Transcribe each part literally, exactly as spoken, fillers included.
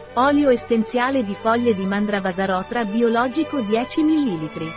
Olio essenziale di foglie di Mandravasarotra biologico dieci millilitri.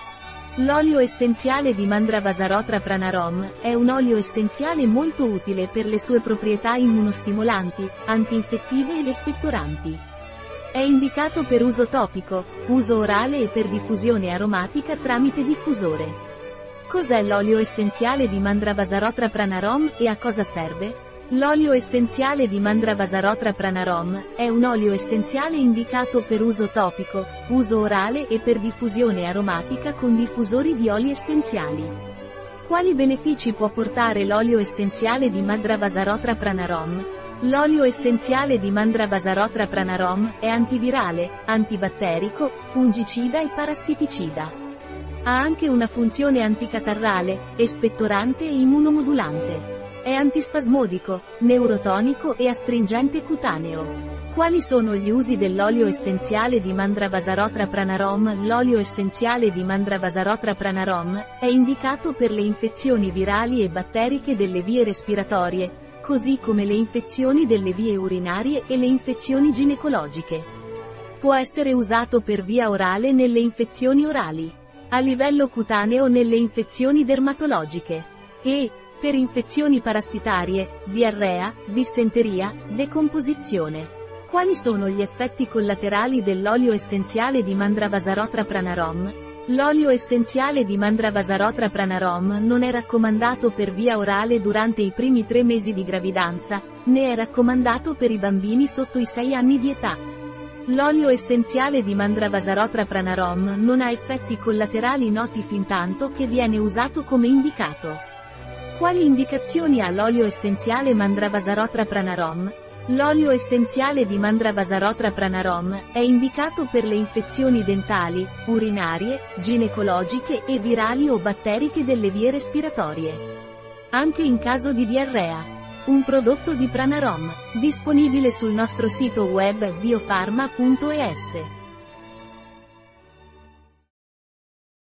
L'olio essenziale di Mandravasarotra Pranarom è un olio essenziale molto utile per le sue proprietà immunostimolanti, antinfettive ed espettoranti. È indicato per uso topico, uso orale e per diffusione aromatica tramite diffusore. Cos'è l'olio essenziale di Mandravasarotra Pranarom e a cosa serve? L'olio essenziale di Mandravasarotra Pranarom è un olio essenziale indicato per uso topico, uso orale e per diffusione aromatica con diffusori di oli essenziali. Quali benefici può portare l'olio essenziale di Mandravasarotra Pranarom? L'olio essenziale di Mandravasarotra Pranarom è antivirale, antibatterico, fungicida e parassiticida. Ha anche una funzione anticatarrale, espettorante e immunomodulante. È antispasmodico, neurotonico e astringente cutaneo. Quali sono gli usi dell'olio essenziale di Mandravasarotra Pranarom? L'olio essenziale di Mandravasarotra Pranarom è indicato per le infezioni virali e batteriche delle vie respiratorie, così come le infezioni delle vie urinarie e le infezioni ginecologiche. Può essere usato per via orale nelle infezioni orali, a livello cutaneo nelle infezioni dermatologiche e per infezioni parassitarie, diarrea, dissenteria, decomposizione. Quali sono gli effetti collaterali dell'olio essenziale di Mandravasarotra Pranarom? L'olio essenziale di Mandravasarotra Pranarom non è raccomandato per via orale durante i primi tre mesi di gravidanza, né è raccomandato per i bambini sotto i sei anni di età. L'olio essenziale di Mandravasarotra Pranarom non ha effetti collaterali noti fintanto che viene usato come indicato. Quali indicazioni ha l'olio essenziale Mandravasarotra Pranarom? L'olio essenziale di Mandravasarotra Pranarom è indicato per le infezioni dentali, urinarie, ginecologiche e virali o batteriche delle vie respiratorie. Anche in caso di diarrea. Un prodotto di Pranarom, disponibile sul nostro sito web biofarma punto es.